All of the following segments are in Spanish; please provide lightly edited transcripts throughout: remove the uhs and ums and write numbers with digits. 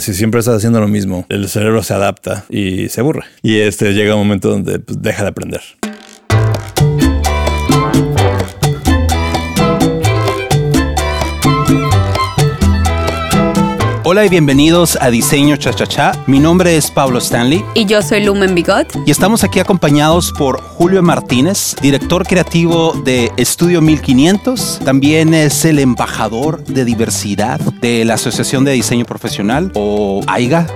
Si siempre estás haciendo lo mismo, el cerebro se adapta y se aburre. Y llega un momento donde pues, deja de aprender. Hola y bienvenidos a Diseño Cha-Cha-Cha. Mi nombre es Pablo Stanley. Y yo soy Lumen Bigot. Y estamos aquí acompañados por Julio Martínez, director creativo de Estudio 1500. También es el embajador de diversidad de la Asociación de Diseño Profesional, o AIGA.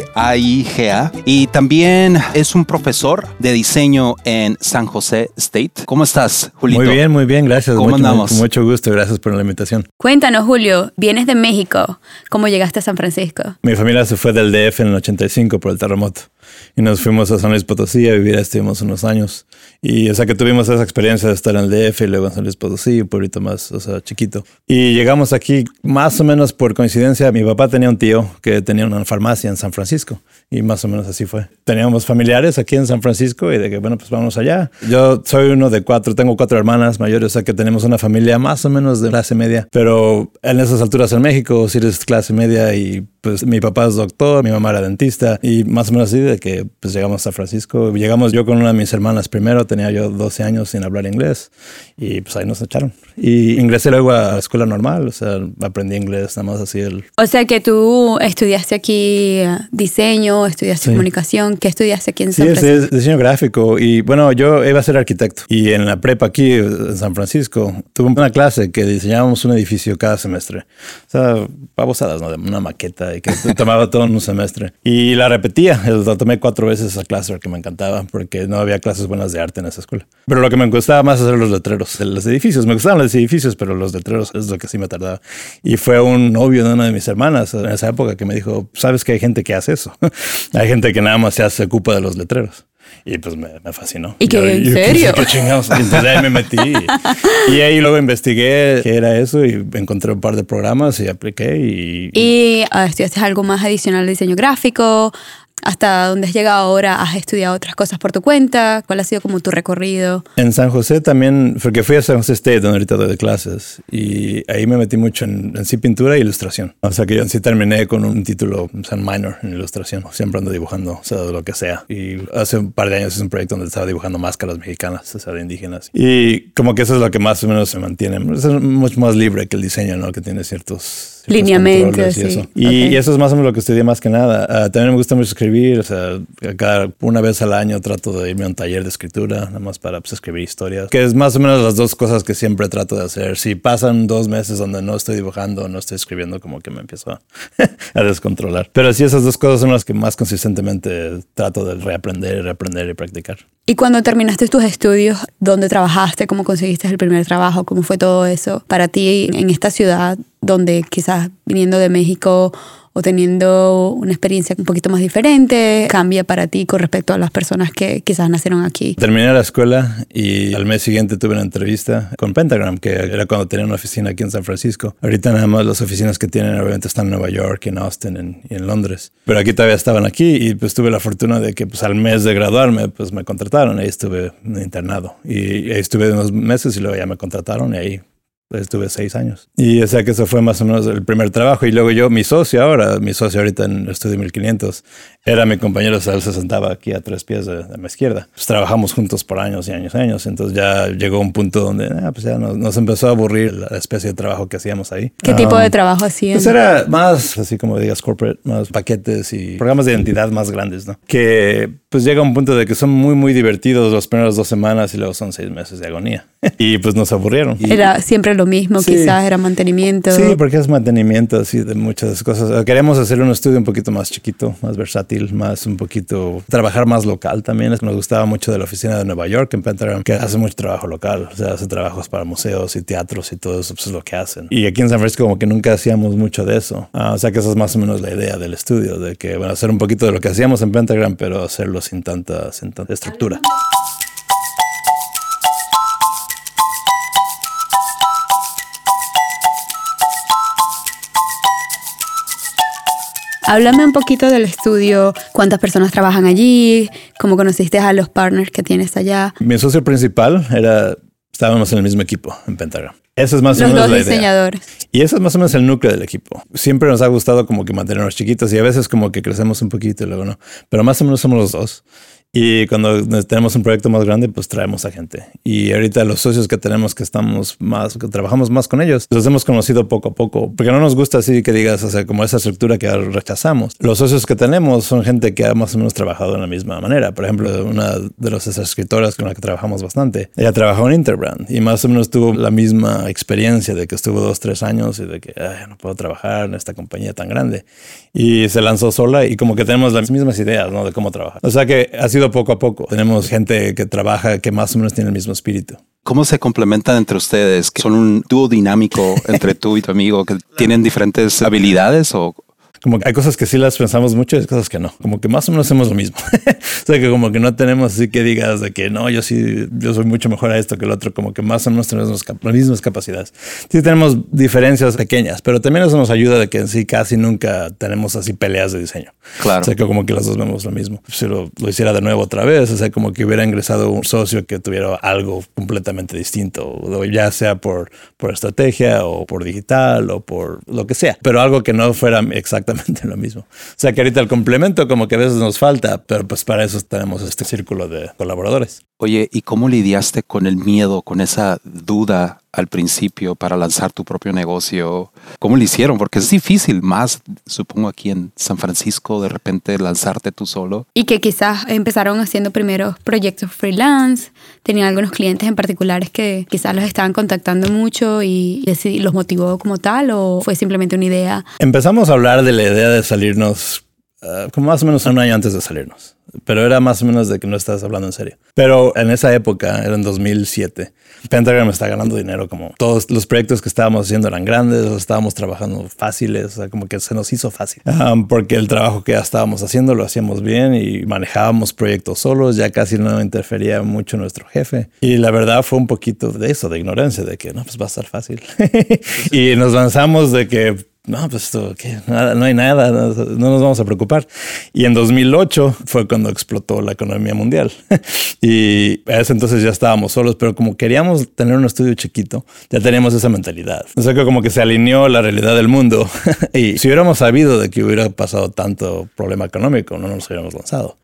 AIGA, y también es un profesor de diseño en San José State. ¿Cómo estás, Julito? Muy bien, gracias. ¿Cómo andamos? Mucho gusto, gracias por la invitación. Cuéntanos, Julio, vienes de México. ¿Cómo llegaste a San Francisco? Mi familia se fue del DF en el 85 por el terremoto y nos fuimos a San Luis Potosí a vivir. Estuvimos unos años y que tuvimos esa experiencia de estar en el DF y luego en San Luis Potosí, un pueblito más chiquito. Y llegamos aquí más o menos por coincidencia. Mi papá tenía un tío que tenía una farmacia en San Francisco y más o menos así fue. Teníamos familiares aquí en San Francisco y de que, bueno, pues vamos allá. Yo soy uno de 4, tengo 4 hermanas mayores, que tenemos una familia más o menos de clase media, pero en esas alturas en México si eres clase media y pues mi papá es doctor, mi mamá era dentista y más o menos así de que pues llegamos a San Francisco. Llegamos yo con una de mis hermanas primero, tenía yo 12 años sin hablar inglés y pues ahí nos echaron. Y ingresé luego a la escuela normal, aprendí inglés nada más así. O sea que tú estudiaste aquí diseño, estudiaste comunicación. ¿Qué estudiaste aquí en San Francisco? Sí, diseño gráfico. Y bueno, yo iba a ser arquitecto. Y en la prepa aquí en San Francisco tuve una clase que diseñábamos un edificio cada semestre. Babosadas, ¿no? De una maqueta y que tomaba todo en un semestre. Y la repetía. La tomé 4 veces esa clase porque me encantaba, porque no había clases buenas de arte en esa escuela. Pero lo que me gustaba más hacer los letreros, los edificios. Me gustaban los edificios, pero los letreros es lo que sí me tardaba. Y fue un novio de una de mis hermanas en esa época que me dijo, ¿sabes que hay gente que hace eso? Hay gente que nada más se ocupa de los letreros. Y pues me fascinó. ¿Y qué? ¿En serio? ¿Qué chingados? Entonces ahí me metí. Y ahí luego investigué qué era eso y encontré un par de programas y apliqué. ¿Y estudiaste algo más adicional de diseño gráfico? ¿Hasta dónde has llegado ahora? ¿Has estudiado otras cosas por tu cuenta? ¿Cuál ha sido como tu recorrido? En San José también, porque fui a San José State, donde ahorita doy clases, y ahí me metí mucho en pintura e ilustración. O sea que yo en sí terminé con un título, minor en ilustración. Siempre ando dibujando, de lo que sea. Y hace un par de años hice un proyecto donde estaba dibujando máscaras mexicanas, de indígenas. Y como que eso es lo que más o menos se mantiene. Es mucho más libre que el diseño, ¿no? Que tiene ciertos lineamientos, y eso. Sí. Y eso es más o menos lo que estudié más que nada. También me gusta mucho escribir. Una vez al año trato de irme a un taller de escritura, nada más para escribir historias, que es más o menos las dos cosas que siempre trato de hacer. Si pasan 2 meses donde no estoy dibujando, no estoy escribiendo, como que me empiezo a descontrolar. Pero sí, esas 2 cosas son las que más consistentemente trato de reaprender y practicar. ¿Y cuando terminaste tus estudios, dónde trabajaste? ¿Cómo conseguiste el primer trabajo? ¿Cómo fue todo eso para ti en esta ciudad donde quizás viniendo de México o teniendo una experiencia un poquito más diferente cambia para ti con respecto a las personas que quizás nacieron aquí? Terminé la escuela y al mes siguiente tuve una entrevista con Pentagram, que era cuando tenía una oficina aquí en San Francisco. Ahorita nada más las oficinas que tienen obviamente están en Nueva York, en Austin y en Londres. Pero aquí todavía estaban aquí y pues tuve la fortuna de que pues al mes de graduarme pues me contrataron. Ahí estuve internado y ahí estuve unos meses y luego ya me contrataron y ahí estuve 6 años. Y que eso fue más o menos el primer trabajo. Y luego mi socio ahorita en Estudio 1500, era mi compañero, él se sentaba aquí a 3 pies de mi izquierda. Pues trabajamos juntos por años y años y años. Entonces ya llegó un punto donde pues ya nos empezó a aburrir la especie de trabajo que hacíamos ahí. ¿Qué tipo de trabajo hacían? Pues era más, así como digas, corporate, más paquetes y programas de identidad más grandes, ¿no? Que pues llega un punto de que son muy, muy divertidos las primeras 2 semanas y luego son 6 meses de agonía. Y pues nos aburrieron. Era siempre lo mismo, sí. Quizás era mantenimiento. Sí, porque es mantenimiento así de muchas cosas. Queremos hacer un estudio un poquito más chiquito, más versátil, más un poquito, trabajar más local también. Nos gustaba mucho de la oficina de Nueva York en Pentagram, que hace mucho trabajo local. Hace trabajos para museos y teatros y todo eso, pues es lo que hacen. Y aquí en San Francisco como que nunca hacíamos mucho de eso. Que esa es más o menos la idea del estudio, de que hacer un poquito de lo que hacíamos en Pentagram, pero hacerlo sin tanta estructura. Háblame un poquito del estudio, cuántas personas trabajan allí, cómo conociste a los partners que tienes allá. Mi socio principal estábamos en el mismo equipo en Pentagram. Esa es más o Los menos dos la idea. diseñadores. Y eso es más o menos el núcleo del equipo. Siempre nos ha gustado como que mantenernos chiquitos y a veces como que crecemos un poquito y luego no. Pero más o menos somos los dos. Y cuando tenemos un proyecto más grande, pues traemos a gente. Y ahorita los socios que tenemos que trabajamos más con ellos, los hemos conocido poco a poco, porque no nos gusta así que digas, o sea, como esa estructura que rechazamos. Los socios que tenemos son gente que ha más o menos trabajado de la misma manera. Por ejemplo, una de las escritoras con la que trabajamos bastante, ella trabajó en Interbrand y más o menos tuvo la misma experiencia de que estuvo 2-3 años y de que no puedo trabajar en esta compañía tan grande. Y se lanzó sola y como que tenemos las mismas ideas, ¿no? De cómo trabajar. O sea que ha sido poco a poco. Tenemos gente que trabaja que más o menos tiene el mismo espíritu. ¿Cómo se complementan entre ustedes? ¿Son un dúo dinámico entre tú y tu amigo que tienen diferentes habilidades o...? Como que hay cosas que sí las pensamos mucho y hay cosas que no. Como que más o menos hacemos lo mismo. O sea, que como que no tenemos así que digas de que no, yo soy mucho mejor a esto que el otro. Como que más o menos tenemos las mismas capacidades. Sí tenemos diferencias pequeñas, pero también eso nos ayuda de que en sí casi nunca tenemos así peleas de diseño. Claro. O sea, que como que las dos vemos lo mismo. Si lo hiciera de nuevo otra vez, o sea, como que hubiera ingresado un socio que tuviera algo completamente distinto, ya sea por estrategia o por digital o por lo que sea, pero algo que no fuera exactamente lo mismo. O sea que ahorita el complemento como que a veces nos falta, pero pues para eso tenemos este círculo de colaboradores. Oye, ¿y cómo lidiaste con el miedo, con esa duda al principio para lanzar tu propio negocio? ¿Cómo lo hicieron? Porque es difícil más, supongo, aquí en San Francisco, de repente lanzarte tú solo. Y que quizás empezaron haciendo primeros proyectos freelance, tenían algunos clientes en particulares que quizás los estaban contactando mucho y los motivó como tal, o fue simplemente una idea. Empezamos a hablar de la idea de salirnos como más o menos un año antes de salirnos. Pero era más o menos de que no estás hablando en serio. Pero en esa época, era en 2007, Pentagram está ganando dinero. Como todos los proyectos que estábamos haciendo eran grandes, los estábamos trabajando fáciles, o sea, como que se nos hizo fácil. Porque el trabajo que ya estábamos haciendo lo hacíamos bien y manejábamos proyectos solos, ya casi no interfería mucho nuestro jefe. Y la verdad fue un poquito de eso, de ignorancia, de que no, pues va a estar fácil. Y nos lanzamos de que no, pues esto, ¿qué? Nada, no hay nada, no nos vamos a preocupar. Y en 2008 fue cuando explotó la economía mundial. Y a ese entonces ya estábamos solos, pero como queríamos tener un estudio chiquito, ya teníamos esa mentalidad. O sea que como que se alineó la realidad del mundo. Y si hubiéramos sabido de que hubiera pasado tanto problema económico, no nos hubiéramos lanzado.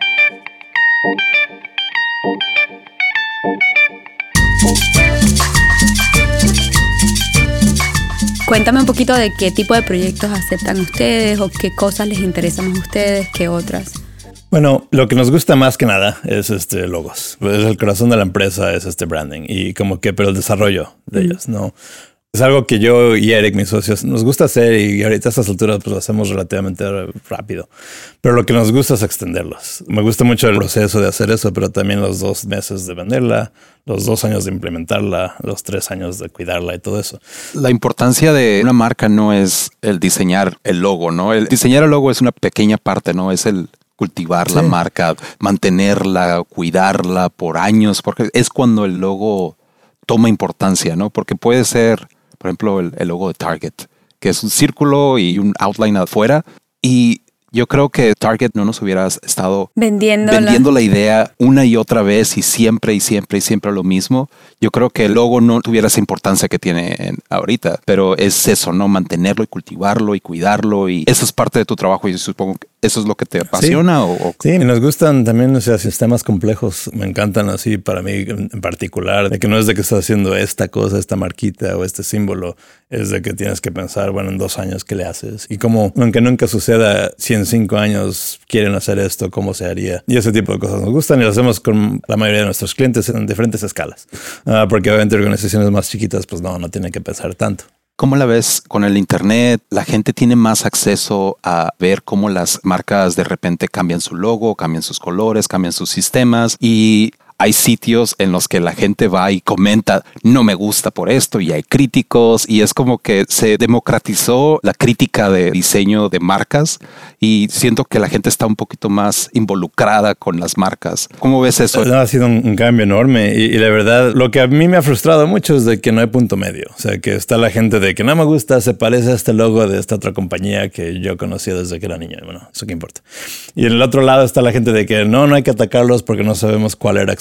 Cuéntame un poquito de qué tipo de proyectos aceptan ustedes o qué cosas les interesan más a ustedes que otras. Bueno, lo que nos gusta más que nada es logos. Es el corazón de la empresa, es branding y como que, pero el desarrollo de ellos, ¿no? Es algo que yo y Eric, mis socios, nos gusta hacer y ahorita a estas alturas pues lo hacemos relativamente rápido. Pero lo que nos gusta es extenderlos. Me gusta mucho el proceso de hacer eso, pero también los 2 meses de venderla, los 2 años de implementarla, los 3 años de cuidarla y todo eso. La importancia de una marca no es el diseñar el logo, ¿no? El diseñar el logo es una pequeña parte, ¿no? Es el cultivar la marca, mantenerla, cuidarla por años, porque es cuando el logo toma importancia, ¿no? Porque puede ser, por ejemplo, el logo de Target, que es un círculo y un outline afuera. Y yo creo que Target no nos hubiera estado vendiendo la idea una y otra vez y siempre lo mismo. Yo creo que el logo no tuviera esa importancia que tiene ahorita, pero es eso, ¿no? Mantenerlo y cultivarlo y cuidarlo, y eso es parte de tu trabajo y supongo que eso es lo que te apasiona. Sí, y nos gustan también, o sea, sistemas complejos. Me encantan así para mí en particular, de que no es de que estás haciendo esta cosa, esta marquita o este símbolo, es de que tienes que pensar, bueno, en 2 años, ¿qué le haces? Y como, aunque nunca suceda, si en 5 años quieren hacer esto, ¿cómo se haría? Y ese tipo de cosas nos gustan y lo hacemos con la mayoría de nuestros clientes en diferentes escalas. Porque obviamente organizaciones más chiquitas, pues no tienen que pensar tanto. ¿Cómo la ves con el internet? La gente tiene más acceso a ver cómo las marcas de repente cambian su logo, cambian sus colores, cambian sus sistemas, y hay sitios en los que la gente va y comenta, no me gusta por esto, y hay críticos, y es como que se democratizó la crítica de diseño de marcas y siento que la gente está un poquito más involucrada con las marcas. ¿Cómo ves eso? Ha sido un cambio enorme y la verdad, lo que a mí me ha frustrado mucho es de que no hay punto medio. O sea, que está la gente de que no me gusta, se parece a este logo de esta otra compañía que yo conocía desde que era niño. Bueno, eso qué importa. Y en el otro lado está la gente de que no hay que atacarlos porque no sabemos cuál era exactamente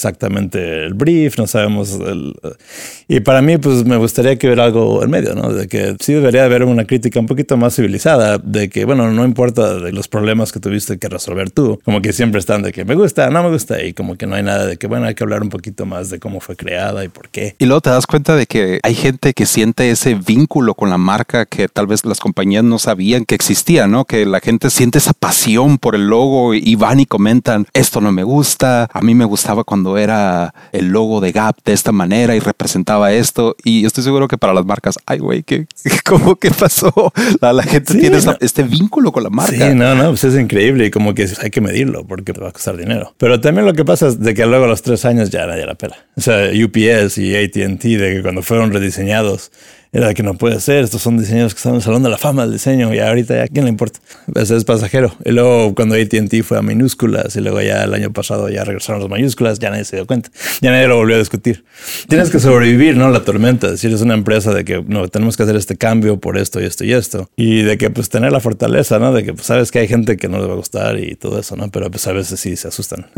exactamente el brief, no sabemos y para mí pues me gustaría que hubiera algo en medio, ¿no? De que sí debería haber una crítica un poquito más civilizada, de que bueno, no importa de los problemas que tuviste que resolver tú, como que siempre están de que me gusta, no me gusta, y como que no hay nada de que bueno, hay que hablar un poquito más de cómo fue creada y por qué. Y luego te das cuenta de que hay gente que siente ese vínculo con la marca que tal vez las compañías no sabían que existía, ¿no? Que la gente siente esa pasión por el logo y van y comentan, esto no me gusta, a mí me gustaba cuando era el logo de Gap de esta manera y representaba esto, y estoy seguro que para las marcas, ay güey, ¿cómo que pasó? La gente sí, tiene este vínculo con la marca. Sí, no, pues es increíble y como que hay que medirlo porque te va a costar dinero. Pero también lo que pasa es de que luego a los 3 años ya nadie la pela. O sea, UPS y AT&T, de que cuando fueron rediseñados, era de que no puede ser, estos son diseños que están en el Salón de la Fama del diseño y ahorita ya, ¿a quién le importa? Ese es pasajero. Y luego cuando AT&T fue a minúsculas y luego ya el año pasado ya regresaron las mayúsculas, ya nadie se dio cuenta. Ya nadie lo volvió a discutir. Tienes que sobrevivir, ¿no? La tormenta. Es decir, es una empresa de que no, tenemos que hacer este cambio por esto y esto y esto. Y de que pues tener la fortaleza, ¿no? De que pues sabes que hay gente que no les va a gustar y todo eso, ¿no? Pero pues a veces sí se asustan.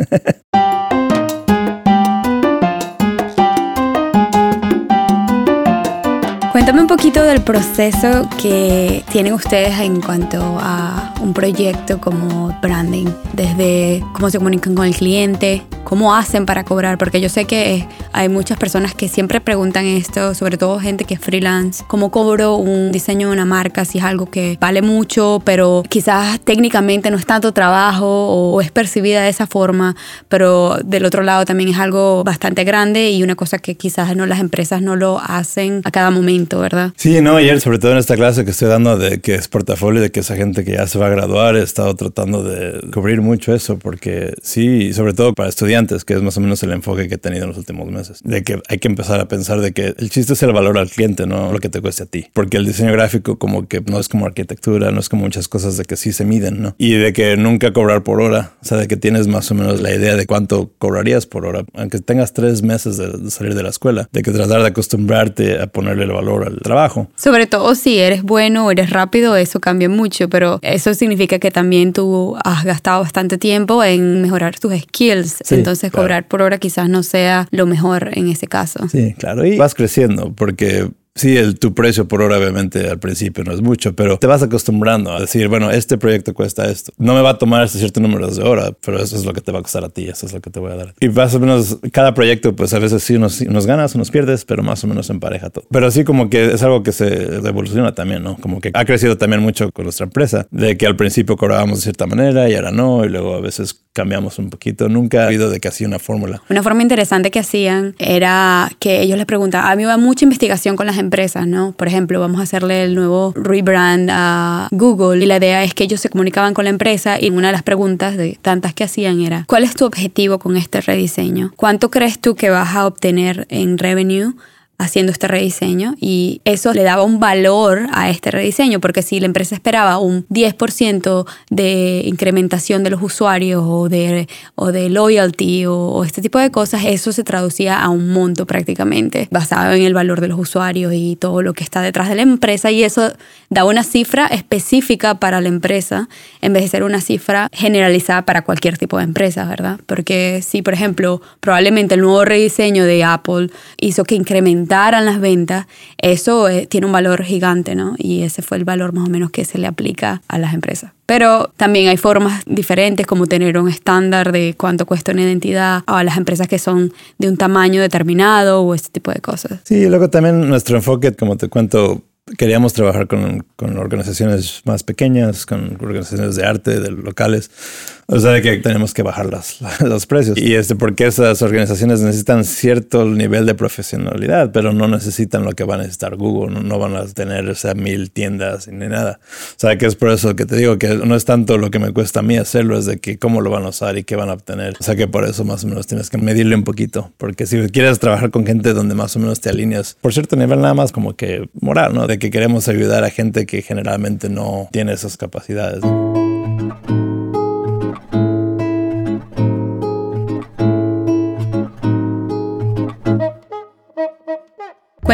Cuéntame un poquito del proceso que tienen ustedes en cuanto a un proyecto como branding, desde cómo se comunican con el cliente, cómo hacen para cobrar, porque yo sé que hay muchas personas que siempre preguntan esto, sobre todo gente que es freelance, cómo cobro un diseño de una marca, si es algo que vale mucho, pero quizás técnicamente no es tanto trabajo o es percibida de esa forma, pero del otro lado también es algo bastante grande y una cosa que quizás no, las empresas no lo hacen a cada momento, ¿verdad? Sí, no, ayer sobre todo en esta clase que estoy dando de que es portafolio, de que esa gente que ya se va a graduar, he estado tratando de cubrir mucho eso, porque sí, sobre todo para estudiantes, que es más o menos el enfoque que he tenido en los últimos meses, de que hay que empezar a pensar de que el chiste es el valor al cliente, no lo que te cueste a ti, porque el diseño gráfico como que no es como arquitectura, no es como muchas cosas de que sí se miden, ¿no? Y de que nunca cobrar por hora, o sea, de que tienes más o menos la idea de cuánto cobrarías por hora, aunque tengas 3 meses de salir de la escuela, de que tratar de acostumbrarte a ponerle el valor al trabajo. Sobre todo si eres bueno o eres rápido, eso cambia mucho, pero eso significa que también tú has gastado bastante tiempo en mejorar tus skills, sí, entonces claro, cobrar por hora quizás no sea lo mejor en ese caso. Sí, claro, y vas creciendo porque sí, tu precio por hora obviamente al principio no es mucho, pero te vas acostumbrando a decir, bueno, este proyecto cuesta esto. No me va a tomar este cierto número de horas, pero eso es lo que te va a costar a ti, eso es lo que te voy a dar. Y más o menos cada proyecto, pues a veces sí unos ganas, unos pierdes, pero más o menos empareja todo. Pero sí como que es algo que se evoluciona también, ¿no? Como que ha crecido también mucho con nuestra empresa, de que al principio cobrábamos de cierta manera y ahora no, y luego a veces cambiamos un poquito. Nunca ha habido de que hacía una fórmula. Una forma interesante que hacían era que ellos les preguntaban, a mí va mucha investigación con las empresas, ¿no? Por ejemplo, vamos a hacerle el nuevo rebrand a Google y la idea es que ellos se comunicaban con la empresa y una de las preguntas de tantas que hacían era, ¿cuál es tu objetivo con este rediseño? ¿Cuánto crees tú que vas a obtener en revenue haciendo este rediseño? Y eso le daba un valor a este rediseño, porque si la empresa esperaba un 10% de incrementación de los usuarios o de loyalty o este tipo de cosas, eso se traducía a un monto prácticamente basado en el valor de los usuarios y todo lo que está detrás de la empresa, y eso da una cifra específica para la empresa en vez de ser una cifra generalizada para cualquier tipo de empresa, ¿verdad? Porque si, por ejemplo, probablemente el nuevo rediseño de Apple hizo que incrementara las ventas, eso tiene un valor gigante, ¿no? Y ese fue el valor más o menos que se le aplica a las empresas. Pero también hay formas diferentes como tener un estándar de cuánto cuesta una identidad a las empresas que son de un tamaño determinado o este tipo de cosas. Sí, y luego también nuestro enfoque, como te cuento, queríamos trabajar con organizaciones más pequeñas, con organizaciones de arte, de locales. O sea, que tenemos que bajar los precios. Y porque esas organizaciones necesitan cierto nivel de profesionalidad, pero no necesitan lo que va a necesitar Google. No van a tener 1000 tiendas ni nada. O sea, que es por eso que te digo que no es tanto lo que me cuesta a mí hacerlo, es de que cómo lo van a usar y qué van a obtener. O sea, que por eso más o menos tienes que medirle un poquito. Porque si quieres trabajar con gente donde más o menos te alineas por cierto nivel nada más como que moral, ¿no? De que queremos ayudar a gente que generalmente no tiene esas capacidades, ¿no?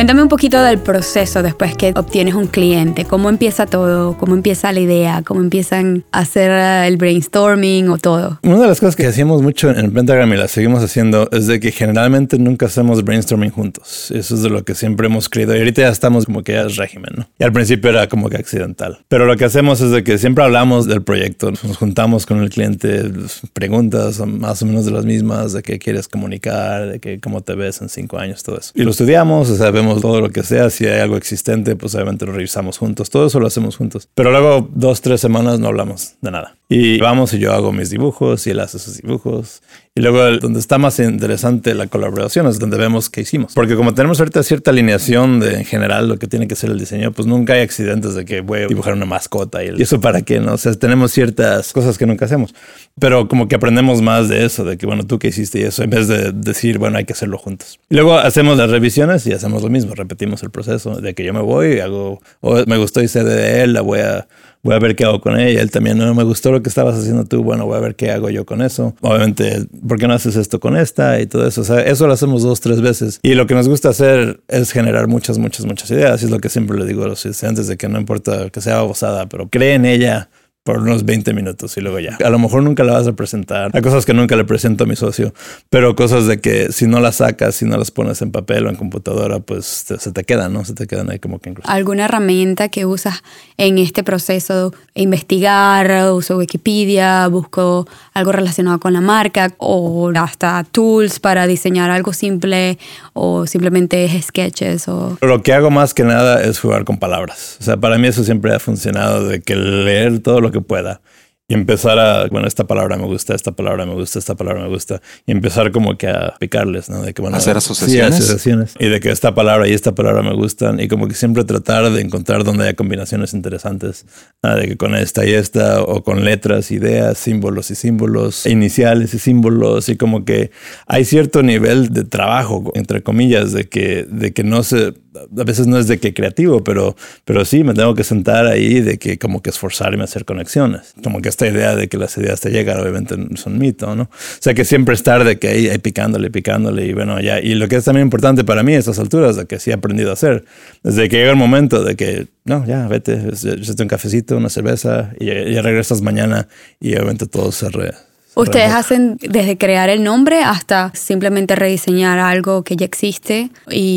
Cuéntame un poquito del proceso después que obtienes un cliente. ¿Cómo empieza todo? ¿Cómo empieza la idea? ¿Cómo empiezan a hacer el brainstorming o todo? Una de las cosas que hacíamos mucho en Pentagram y la seguimos haciendo es de que generalmente nunca hacemos brainstorming juntos. Eso es de lo que siempre hemos creído. Y ahorita ya estamos como que ya es régimen, ¿no? Y al principio era como que accidental. Pero lo que hacemos es de que siempre hablamos del proyecto. Nos juntamos con el cliente, preguntas más o menos de las mismas, de qué quieres comunicar, de que cómo te ves en 5 años, todo eso. Y lo estudiamos, o sea, vemos todo lo que sea. Si hay algo existente, pues obviamente lo revisamos juntos. Todo eso lo hacemos juntos. Pero luego 2-3 semanas no hablamos de nada. Y vamos y yo hago mis dibujos y él hace sus dibujos. Y luego donde está más interesante la colaboración es donde vemos qué hicimos. Porque como tenemos ahorita cierta alineación de en general lo que tiene que ser el diseño, pues nunca hay accidentes de que voy a dibujar una mascota y eso para qué, ¿no? O sea, tenemos ciertas cosas que nunca hacemos. Pero como que aprendemos más de eso, de que bueno, tú qué hiciste y eso, en vez de decir, bueno, hay que hacerlo juntos. Y luego hacemos las revisiones y hacemos lo mismo, repetimos el proceso de que yo me voy, hago, o me gustó y sé de él, voy a ver qué hago con ella. Él también, no me gustó lo que estabas haciendo tú. Bueno, voy a ver qué hago yo con eso. Obviamente, ¿por qué no haces esto con esta? Y todo eso. O sea, eso lo hacemos 2-3 veces. Y lo que nos gusta hacer es generar muchas ideas. Y es lo que siempre le digo a los estudiantes, de que no importa que sea babosada, pero cree en ella por unos 20 minutos y luego ya. A lo mejor nunca la vas a presentar. Hay cosas que nunca le presento a mi socio, pero cosas de que si no las sacas, si no las pones en papel o en computadora, pues se te quedan, ¿no? Se te quedan ahí como que incluso. ¿Alguna herramienta que usas en este proceso? Investigar, uso Wikipedia, busco algo relacionado con la marca o hasta tools para diseñar algo simple o simplemente sketches o... Lo que hago más que nada es jugar con palabras. O sea, para mí eso siempre ha funcionado, de que leer todo lo que pueda y empezar a, bueno, esta palabra me gusta, esta palabra me gusta, esta palabra me gusta, y empezar como que a picarles, ¿no? De que, bueno, hacer asociaciones. Sí, asociaciones. Y de que esta palabra y esta palabra me gustan, y como que siempre tratar de encontrar donde haya combinaciones interesantes, de que con esta y esta, o con letras, ideas, símbolos y símbolos, iniciales y símbolos, y como que hay cierto nivel de trabajo, entre comillas, de que no se... A veces no es de que creativo, pero sí me tengo que sentar ahí, de que como que esforzarme a hacer conexiones. Como que esta idea de que las ideas te llegan, obviamente es un mito, ¿no? O sea, que siempre estar de que ahí picándole y bueno, ya. Y lo que es también importante para mí a estas alturas, de que sí he aprendido a hacer, desde que llega el momento de que, no, ya, vete, échate un cafecito, una cerveza, y ya regresas mañana y obviamente todo se ¿Ustedes hacen desde crear el nombre hasta simplemente rediseñar algo que ya existe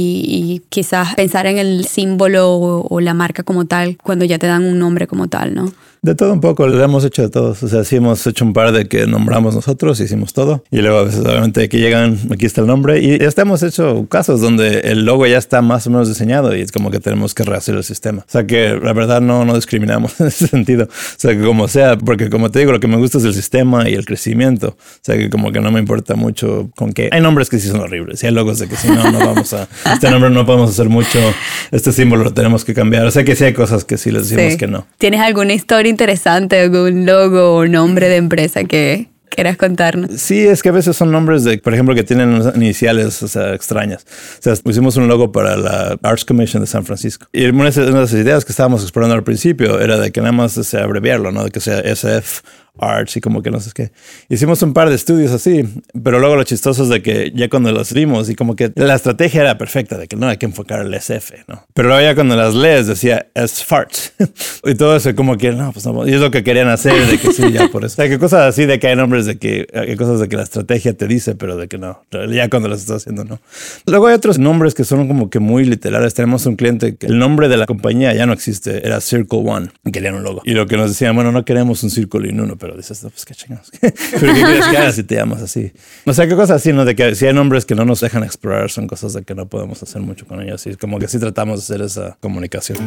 y quizás pensar en el símbolo o la marca como tal cuando ya te dan un nombre como tal, ¿no? De todo un poco, le hemos hecho de todos. O sea, sí hemos hecho un par de que nombramos nosotros, hicimos todo. Y luego a veces obviamente aquí llegan, aquí está el nombre. Y hasta hemos hecho casos donde el logo ya está más o menos diseñado y es como que tenemos que rehacer el sistema. O sea que la verdad no discriminamos en ese sentido. O sea que como sea, porque como te digo, lo que me gusta es el sistema y el crecimiento. O sea que como que no me importa mucho con qué. Hay nombres que sí son horribles. Y hay logos de que si no vamos a... Este nombre no podemos hacer mucho. Este símbolo lo tenemos que cambiar. O sea que sí hay cosas que sí les decimos que no. ¿Tienes alguna historia interesante, algún logo o nombre de empresa que quieras contarnos? Sí, es que a veces son nombres de, por ejemplo, que tienen iniciales, o sea, extrañas. O sea, pusimos un logo para la Arts Commission de San Francisco. Y una de las ideas que estábamos explorando al principio era de que nada más abreviarlo, ¿no? De que sea SF Arts y como que no sé qué. Hicimos un par de estudios así, pero luego lo chistoso es de que ya cuando los vimos y como que la estrategia era perfecta de que no hay que enfocar el SF, ¿no? Pero luego ya cuando las lees decía S-Farts y todo eso como que no, pues no. Y es lo que querían hacer, de que sí, ya por eso. O sea, que cosas así de que hay nombres de que hay cosas de que la estrategia te dice, pero de que no, ya cuando las estás haciendo no. Luego hay otros nombres que son como que muy literales. Tenemos un cliente que el nombre de la compañía ya no existe, era Circle One y querían un logo. Y lo que nos decían, bueno, no queremos un círculo y un uno, pero dices, no, pues qué chingados. ¿Pero qué quieres que hagas si te llamas así? O sea, qué cosas así, ¿no? De que si hay nombres que no nos dejan explorar, son cosas de que no podemos hacer mucho con ellos. Y como que sí tratamos de hacer esa comunicación.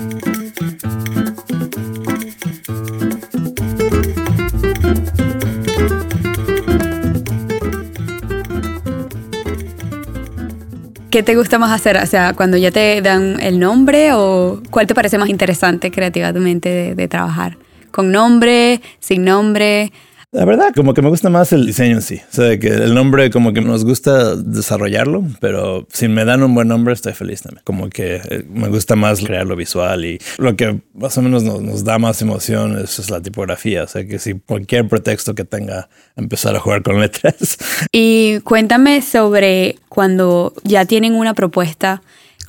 ¿Qué te gusta más hacer? O sea, cuando ya te dan el nombre, o ¿cuál te parece más interesante creativamente de trabajar? ¿Con nombre? ¿Sin nombre? La verdad, como que me gusta más el diseño en sí. O sea, que el nombre como que nos gusta desarrollarlo, pero si me dan un buen nombre estoy feliz también. Como que me gusta más crear lo visual y lo que más o menos nos da más emoción es la tipografía. O sea, que si cualquier pretexto que tenga empezar a jugar con letras. Y cuéntame sobre cuando ya tienen una propuesta,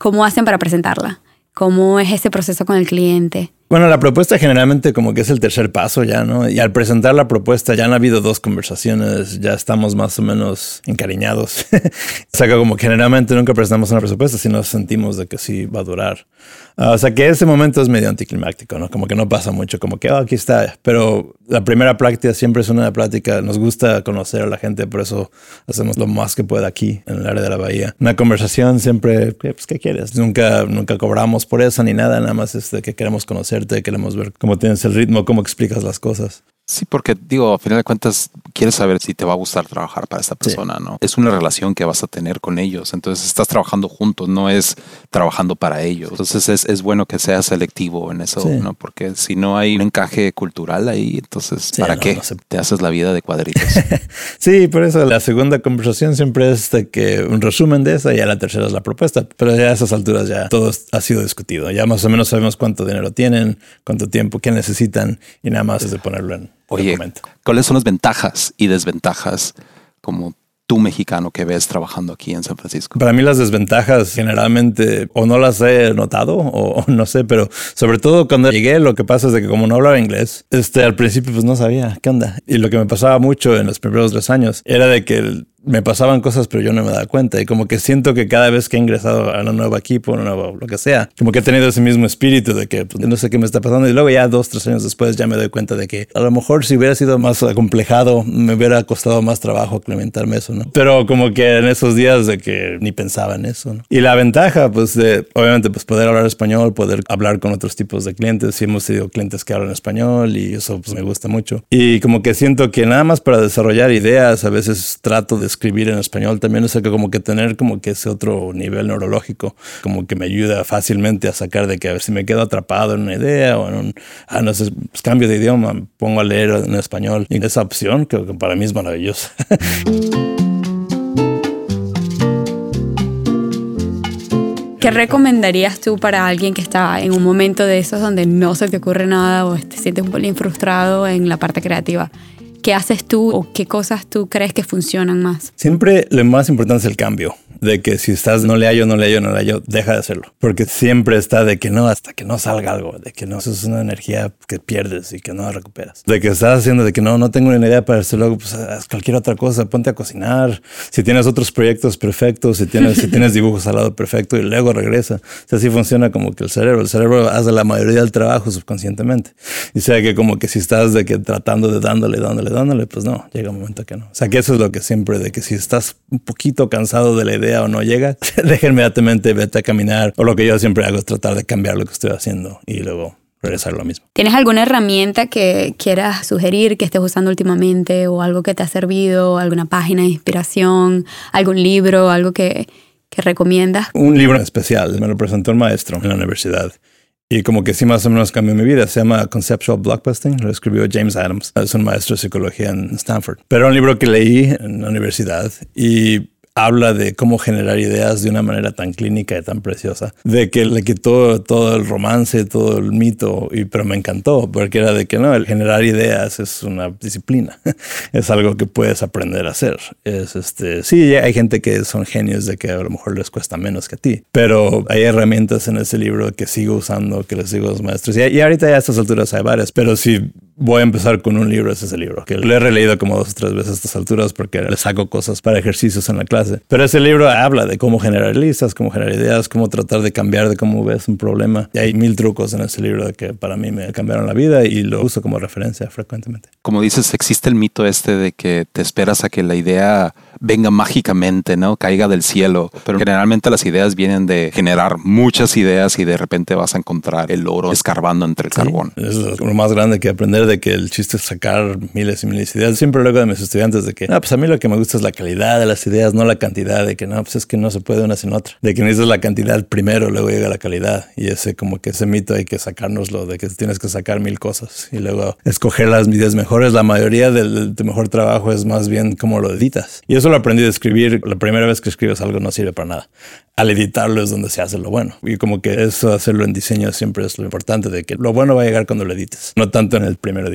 ¿cómo hacen para presentarla? ¿Cómo es ese proceso con el cliente? Bueno, la propuesta generalmente como que es el tercer paso ya, ¿no? Y al presentar la propuesta ya han habido 2 conversaciones, ya estamos más o menos encariñados. O sea que como que generalmente nunca presentamos una propuesta si no sentimos de que sí va a durar. O sea que ese momento es medio anticlimáctico, ¿no? Como que no pasa mucho, como que, aquí está. Pero la primera práctica siempre es una plática. Nos gusta conocer a la gente, por eso hacemos lo más que pueda aquí en el área de la bahía. Una conversación siempre, pues, ¿qué quieres? Nunca cobramos por eso ni nada, nada más es de que queremos conocerte, queremos ver cómo tienes el ritmo, cómo explicas las cosas. Sí, porque digo, a final de cuentas, quieres saber si te va a gustar trabajar para esta persona, ¿no? Es una relación que vas a tener con ellos. Entonces estás trabajando juntos, no es trabajando para ellos. Entonces es bueno que seas selectivo en eso, ¿no? Porque si no hay un encaje cultural ahí, entonces ¿para qué? No te haces la vida de cuadritos. Sí, por eso la segunda conversación siempre es de que un resumen de esa y ya la tercera es la propuesta. Pero ya a esas alturas ya todo ha sido discutido. Ya más o menos sabemos cuánto dinero tienen, cuánto tiempo, qué necesitan y nada más es de ponerlo en... Oye, ¿cuáles son las ventajas y desventajas como tú mexicano que ves trabajando aquí en San Francisco? Para mí las desventajas generalmente o no las he notado o no sé, pero sobre todo cuando llegué lo que pasa es de que como no hablaba inglés, al principio pues no sabía qué onda. Y lo que me pasaba mucho en los primeros 3 años era de que me pasaban cosas, pero yo no me daba cuenta. Y como que siento que cada vez que he ingresado a un nuevo equipo, un nuevo lo que sea, como que he tenido ese mismo espíritu de que pues, no sé qué me está pasando. Y luego ya 2, 3 años después ya me doy cuenta de que a lo mejor si hubiera sido más acomplejado, me hubiera costado más trabajo implementarme eso, ¿no? Pero como que en esos días de que ni pensaba en eso, ¿no? Y la ventaja, pues, de obviamente, pues poder hablar español, poder hablar con otros tipos de clientes. Sí hemos tenido clientes que hablan español y eso pues me gusta mucho. Y como que siento que nada más para desarrollar ideas, a veces trato de escribir en español también, o sea que como que tener como que ese otro nivel neurológico como que me ayuda fácilmente a sacar de que a ver si me quedo atrapado en una idea o en un, no sé, pues cambio de idioma, me pongo a leer en español y esa opción creo que para mí es maravillosa. ¿Qué recomendarías tú para alguien que está en un momento de esos donde no se te ocurre nada o te sientes un poco frustrado en la parte creativa? ¿Qué haces tú o qué cosas tú crees que funcionan más? Siempre lo más importante es el cambio. De que si estás no le hallo, deja de hacerlo. Porque siempre está de que no, hasta que no salga algo. De que no, eso es una energía que pierdes y que no recuperas. De que estás haciendo de que no tengo una idea para hacerlo, pues haz cualquier otra cosa, ponte a cocinar. Si tienes otros proyectos perfectos, si tienes dibujos al lado perfecto y luego regresa. O sea, así funciona como que el cerebro hace la mayoría del trabajo subconscientemente. Y sea que como que si estás de que tratando de dándole, pues no, llega un momento que no. O sea, que eso es lo que siempre, de que si estás un poquito cansado de la idea o no llega, deja inmediatamente, vete a caminar. O lo que yo siempre hago es tratar de cambiar lo que estoy haciendo y luego regresar a lo mismo. ¿Tienes alguna herramienta que quieras sugerir que estés usando últimamente o algo que te ha servido, alguna página de inspiración, algún libro, algo que recomiendas? Un libro especial, me lo presentó un maestro en la universidad. Y como que sí más o menos cambió mi vida. Se llama Conceptual Blockbusting. Lo escribió James Adams. Es un maestro de psicología en Stanford. Pero un libro que leí en la universidad y habla de cómo generar ideas de una manera tan clínica y tan preciosa, de que le quitó todo el romance, todo el mito, pero me encantó, porque era de que no, el generar ideas es una disciplina, es algo que puedes aprender a hacer. Sí, hay gente que son genios de que a lo mejor les cuesta menos que a ti, pero hay herramientas en ese libro que sigo usando, que les digo a los maestros, y ahorita ya a estas alturas hay varias, pero si voy a empezar con un libro, es ese libro, que lo he releído como 2 o 3 veces a estas alturas porque le saco cosas para ejercicios en la clase. Pero ese libro habla de cómo generar listas, cómo generar ideas, cómo tratar de cambiar de cómo ves un problema. Y hay 1000 trucos en ese libro que para mí me cambiaron la vida y lo uso como referencia frecuentemente. Como dices, existe el mito de que te esperas a que la idea venga mágicamente, ¿no? Caiga del cielo. Pero generalmente las ideas vienen de generar muchas ideas y de repente vas a encontrar el oro escarbando entre el carbón. Eso es lo más grande que aprender, de que el chiste es sacar miles y miles de ideas. Siempre luego de mis estudiantes de que, pues a mí lo que me gusta es la calidad de las ideas, no la cantidad, de que pues es que no se puede una sin otra. De que necesitas la cantidad primero, luego llega la calidad. Y como que ese mito hay que sacárnoslo, de que tienes que sacar 1000 cosas y luego escoger las medidas mejores. La mayoría de tu mejor trabajo es más bien cómo lo editas. Y eso lo aprendí de escribir. La primera vez que escribes algo no sirve para nada. Al editarlo es donde se hace lo bueno. Y como que eso, hacerlo en diseño siempre es lo importante, de que lo bueno va a llegar cuando lo edites, no tanto en el primer dibujo.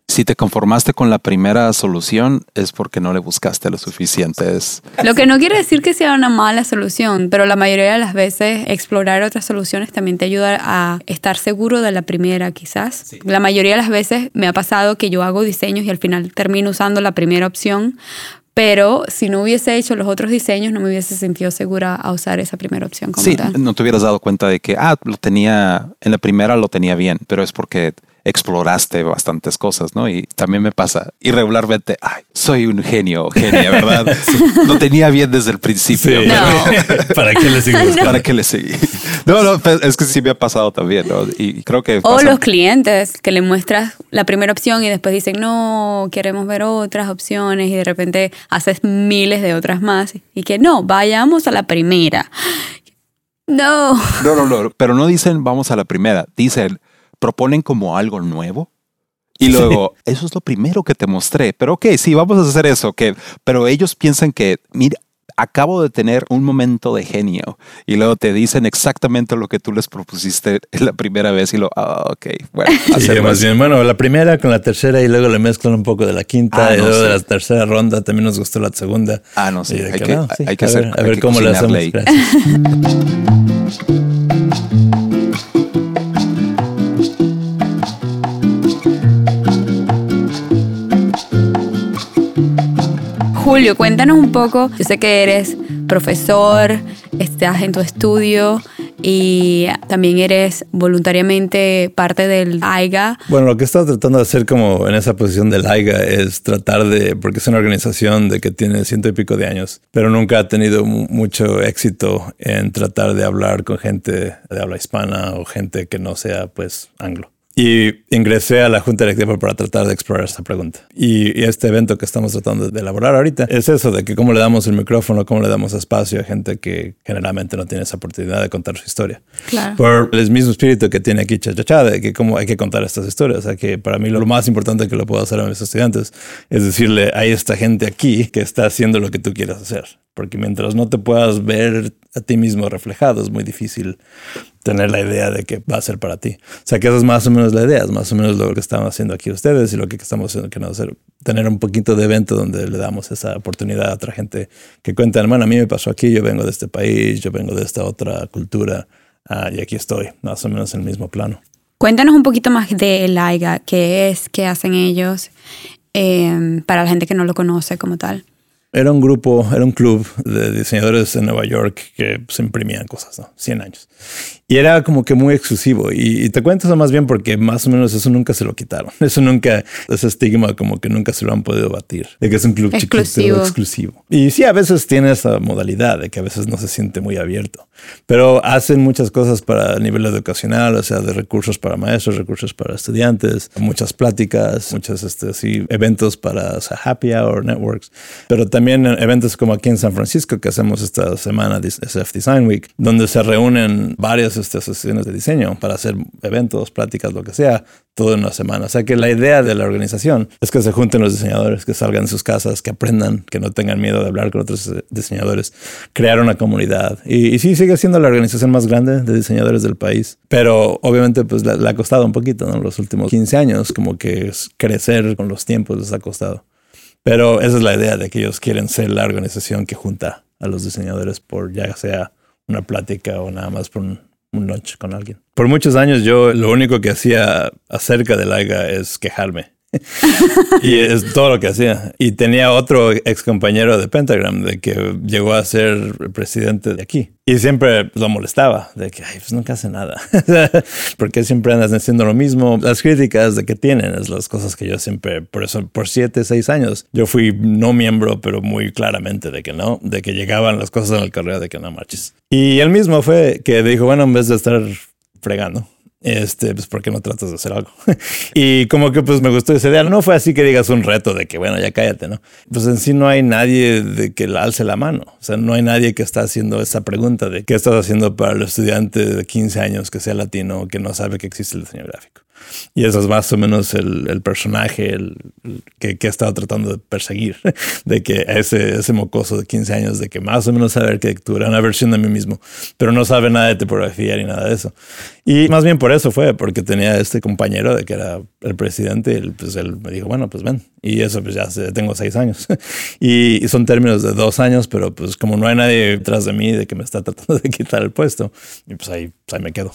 Si te conformaste con la primera solución es porque no le buscaste lo suficiente. Lo que no quiere decir que sea una mala solución, pero la mayoría de las veces explorar otras soluciones también te ayuda a estar seguro de la primera, quizás. Sí. La mayoría de las veces me ha pasado que yo hago diseños y al final termino usando la primera opción, pero si no hubiese hecho los otros diseños no me hubiese sentido segura a usar esa primera opción como tal. Sí, no te hubieras dado cuenta de que lo tenía, en la primera lo tenía bien, pero es porque exploraste bastantes cosas, ¿no? Y también me pasa irregularmente, soy un genio, genia, ¿verdad? Lo tenía bien desde el principio. Sí. No. ¿Para qué le seguí? No. ¿Para qué le seguí? No, es que sí me ha pasado también, ¿no? Y creo que o los clientes que le muestras la primera opción y después dicen, no, queremos ver otras opciones, y de repente haces miles de otras más y que no, vayamos a la primera. No, pero no dicen vamos a la primera, dicen proponen como algo nuevo y luego eso es lo primero que te mostré, pero ok, sí, vamos a hacer eso, pero ellos piensan que, mira, acabo de tener un momento de genio y luego te dicen exactamente lo que tú les propusiste la primera vez y ok, bueno. Sí, más bien, bueno, la primera con la tercera y luego le mezclan un poco de la quinta y luego de la tercera ronda también nos gustó la segunda. No sé, hay que hacer, a ver cómo le hacemos. Gracias. Julio, cuéntanos un poco. Yo sé que eres profesor, estás en tu estudio y también eres voluntariamente parte del AIGA. Bueno, lo que he estado tratando de hacer como en esa posición del AIGA es tratar de, porque es una organización de que tiene 100 y pico de años, pero nunca ha tenido mucho éxito en tratar de hablar con gente de habla hispana o gente que no sea pues anglo. Y ingresé a la Junta Directiva para tratar de explorar esta pregunta. Y este evento que estamos tratando de elaborar ahorita es eso, de que cómo le damos el micrófono, cómo le damos espacio a gente que generalmente no tiene esa oportunidad de contar su historia. Claro. Por el mismo espíritu que tiene aquí Chachachá, de que cómo hay que contar estas historias. O sea, que para mí lo más importante que lo puedo hacer a mis estudiantes es decirle, hay esta gente aquí que está haciendo lo que tú quieras hacer. Porque mientras no te puedas ver a ti mismo reflejado, es muy difícil tener la idea de que va a ser para ti. O sea, que esa es más o menos la idea, es más o menos lo que están haciendo aquí ustedes y lo que estamos queriendo hacer. Tener un poquito de evento donde le damos esa oportunidad a otra gente que cuenta, hermano, a mí me pasó aquí, yo vengo de este país, yo vengo de esta otra cultura y aquí estoy, más o menos en el mismo plano. Cuéntanos un poquito más de el AIGA, qué es, qué hacen ellos, para la gente que no lo conoce como tal. Era un grupo, era un club de diseñadores en Nueva York que se imprimían cosas, ¿no? 100 años. Y era como que muy exclusivo. Y te cuento eso más bien porque más o menos eso nunca se lo quitaron. Eso nunca, ese estigma como que nunca se lo han podido batir. De que es un club chiquito, exclusivo. Y sí, a veces tiene esa modalidad de que a veces no se siente muy abierto. Pero hacen muchas cosas para el nivel educacional, o sea, de recursos para maestros, recursos para estudiantes, muchas pláticas, muchos eventos para happy hour, networks. Pero también eventos como aquí en San Francisco que hacemos esta semana, SF Design Week, donde se reúnen varias asociaciones de diseño para hacer eventos, pláticas, lo que sea, todo en una semana. O sea que la idea de la organización es que se junten los diseñadores, que salgan de sus casas, que aprendan, que no tengan miedo de hablar con otros diseñadores, crear una comunidad. Y sí, sigue siendo la organización más grande de diseñadores del país, pero obviamente pues le ha costado un poquito, ¿no? Los últimos 15 años, como que crecer con los tiempos les ha costado. Pero esa es la idea de que ellos quieren ser la organización que junta a los diseñadores por ya sea una plática o nada más por un lunch con alguien. Por muchos años yo lo único que hacía acerca del AIGA es quejarme. Y es todo lo que hacía. Y tenía otro ex compañero de Pentagram de que llegó a ser presidente de aquí. Y siempre lo molestaba de que pues nunca hace nada. Porque siempre andas haciendo lo mismo. Las críticas de que tienen es las cosas que yo siempre, por eso, por 7, 6 años, yo fui no miembro, pero muy claramente de que no, de que llegaban las cosas en el correo de que no marches. Y él mismo fue que dijo, bueno, en vez de estar fregando, pues ¿por qué no tratas de hacer algo? Y como que pues me gustó esa idea. No fue así que digas un reto de que bueno, ya cállate, ¿no? Pues en sí no hay nadie de que alce la mano. O sea, no hay nadie que está haciendo esa pregunta de qué estás haciendo para el estudiante de 15 años que sea latino, que no sabe que existe el diseño gráfico. Y eso es más o menos el personaje que he estado tratando de perseguir, de que ese mocoso de 15 años, de que más o menos sabe arquitectura, una versión de mí mismo, pero no sabe nada de tipografía ni nada de eso. Y más bien por eso fue, porque tenía este compañero de que era el presidente, y pues él me dijo, bueno, pues ven. Y eso pues ya tengo 6 años. Y son términos de 2 años, pero pues como no hay nadie detrás de mí de que me está tratando de quitar el puesto, y pues ahí me quedo.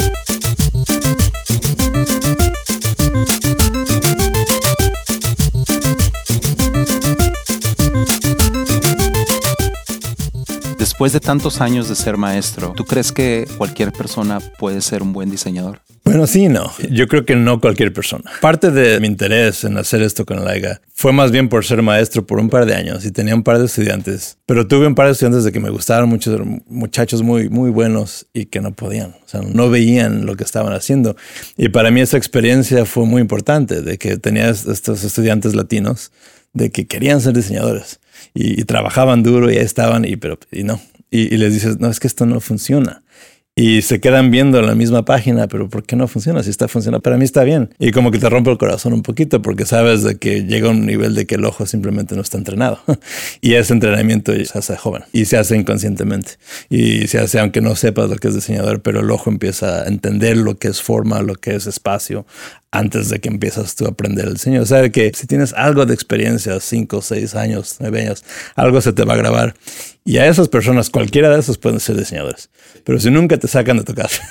Después de tantos años de ser maestro, ¿tú crees que cualquier persona puede ser un buen diseñador? Bueno, sí y no. Yo creo que no cualquier persona. Parte de mi interés en hacer esto con Laiga fue más bien por ser maestro por un par de años y tenía un par de estudiantes. Pero tuve un par de estudiantes de que me gustaban muchos muchachos muy, muy buenos y que no podían. O sea, no veían lo que estaban haciendo. Y para mí esa experiencia fue muy importante, de que tenía estos estudiantes latinos de que querían ser diseñadores y trabajaban duro y ahí estaban y no. Y les dices, no, es que esto no funciona. Y se quedan viendo la misma página, pero ¿por qué no funciona? Si está funcionando, para mí está bien. Y como que te rompe el corazón un poquito porque sabes de que llega un nivel de que el ojo simplemente no está entrenado. Y ese entrenamiento se hace joven y se hace inconscientemente. Y se hace aunque no sepas lo que es diseñador, pero el ojo empieza a entender lo que es forma, lo que es espacio, antes de que empiezas tú a aprender el diseño. O sea, que si tienes algo de experiencia, 5, 6 años, 9 años, algo se te va a grabar. Y a esas personas, cualquiera de esos pueden ser diseñadores. Pero si nunca te sacan de tu casa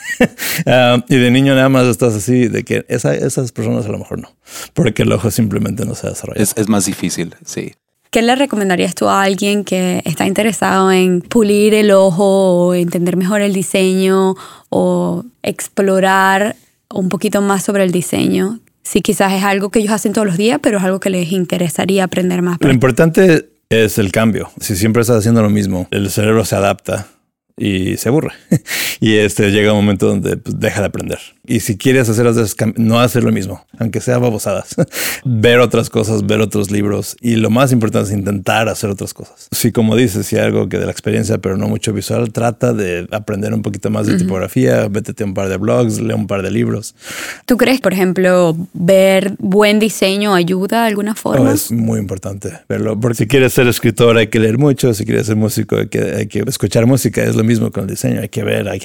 y de niño nada más estás así, de que esas personas a lo mejor no. Porque el ojo simplemente no se desarrolla. Es más difícil, sí. ¿Qué le recomendarías tú a alguien que está interesado en pulir el ojo o entender mejor el diseño o explorar un poquito más sobre el diseño? Si quizás es algo que ellos hacen todos los días, pero es algo que les interesaría aprender más. Lo importante es el cambio. Si siempre estás haciendo lo mismo, el cerebro se adapta y se aburre. Y llega un momento donde pues, deja de aprender. Y si quieres hacer no hacer lo mismo, aunque sea babosadas. Ver otras cosas, ver otros libros. Y lo más importante es intentar hacer otras cosas. Si como dices, si algo que de la experiencia, pero no mucho visual, trata de aprender un poquito más de tipografía, vétete a un par de blogs, lee un par de libros. ¿Tú crees, por ejemplo, ver buen diseño ayuda de alguna forma? Es muy importante verlo. Porque si quieres ser escritor hay que leer mucho. Si quieres ser músico hay que escuchar música. Es lo mismo con el diseño. Hay que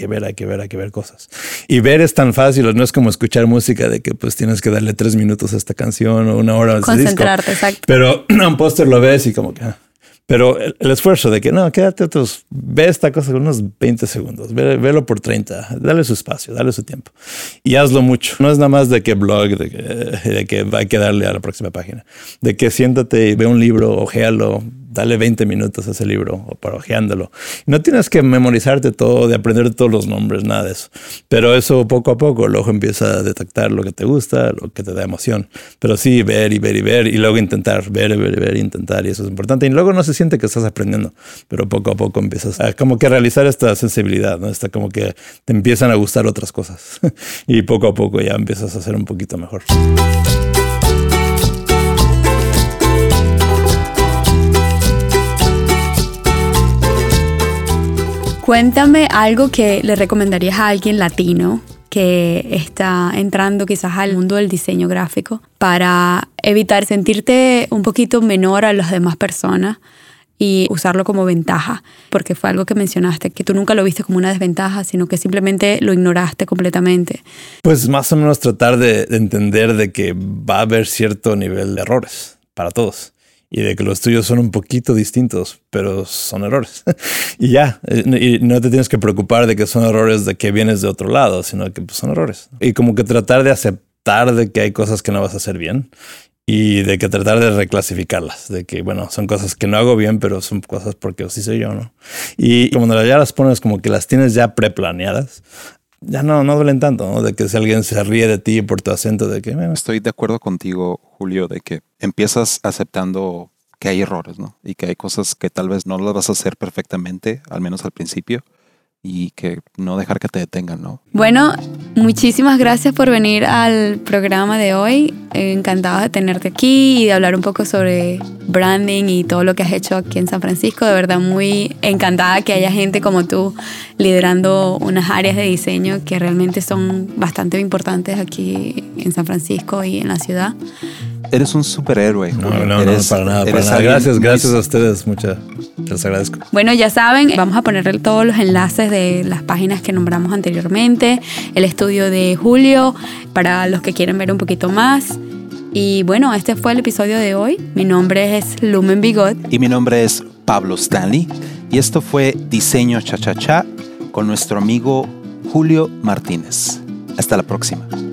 ver cosas. Y ver es tan fácil. No es como escuchar música de que pues tienes que darle 3 minutos a esta canción o 1 hora a ese disco. Concentrarte, exacto. Pero un póster lo ves y como que... Pero el esfuerzo de que no, quédate ve esta cosa con unos 20 segundos, velo por 30, dale su espacio, dale su tiempo y hazlo mucho. No es nada más de que blog, de que hay que darle a la próxima página, de que siéntate y ve un libro, ojealo, dale 20 minutos a ese libro o para ojeándolo. No tienes que memorizarte todo, de aprender todos los nombres, nada de eso. Pero eso poco a poco el ojo empieza a detectar lo que te gusta, lo que te da emoción. Pero sí, ver y luego intentar, ver, intentar, y eso es importante. Y luego no se siente que estás aprendiendo, pero poco a poco empiezas a como que realizar esta sensibilidad, ¿no? Esta como que te empiezan a gustar otras cosas y poco a poco ya empiezas a hacer un poquito mejor. Cuéntame algo que le recomendarías a alguien latino que está entrando quizás al mundo del diseño gráfico para evitar sentirte un poquito menor a las demás personas y usarlo como ventaja, porque fue algo que mencionaste, que tú nunca lo viste como una desventaja, sino que simplemente lo ignoraste completamente. Pues más o menos tratar de entender de que va a haber cierto nivel de errores para todos. Y de que los tuyos son un poquito distintos, pero son errores. Y ya, y no te tienes que preocupar de que son errores de que vienes de otro lado, sino que pues, son errores. Y como que tratar de aceptar de que hay cosas que no vas a hacer bien y de que tratar de reclasificarlas, de que, bueno, son cosas que no hago bien, pero son cosas porque así soy yo, ¿no? Y cuando ya las pones como que las tienes ya preplaneadas, ya no duelen tanto, ¿no? De que si alguien se ríe de ti por tu acento, de que... Bueno. Estoy de acuerdo contigo, Julio, de que empiezas aceptando que hay errores, ¿no? Y que hay cosas que tal vez no las vas a hacer perfectamente, al menos al principio. y que no dejar que te detengan, ¿no? Bueno, muchísimas gracias por venir al programa de hoy. Encantados de tenerte aquí y de hablar un poco sobre branding y todo lo que has hecho aquí en San Francisco. De verdad, muy encantada que haya gente como tú liderando unas áreas de diseño que realmente son bastante importantes aquí en San Francisco y en la ciudad. Eres un superhéroe. No, para nada. Gracias a ustedes, les agradezco. Bueno, ya saben, vamos a poner todos los enlaces de las páginas que nombramos anteriormente, el estudio de Julio, para los que quieren ver un poquito más. Y bueno, este fue el episodio de hoy. Mi nombre es Lumen Bigot. Y mi nombre es Pablo Stanley. Y esto fue Diseño Cha Cha Cha con nuestro amigo Julio Martínez. Hasta la próxima.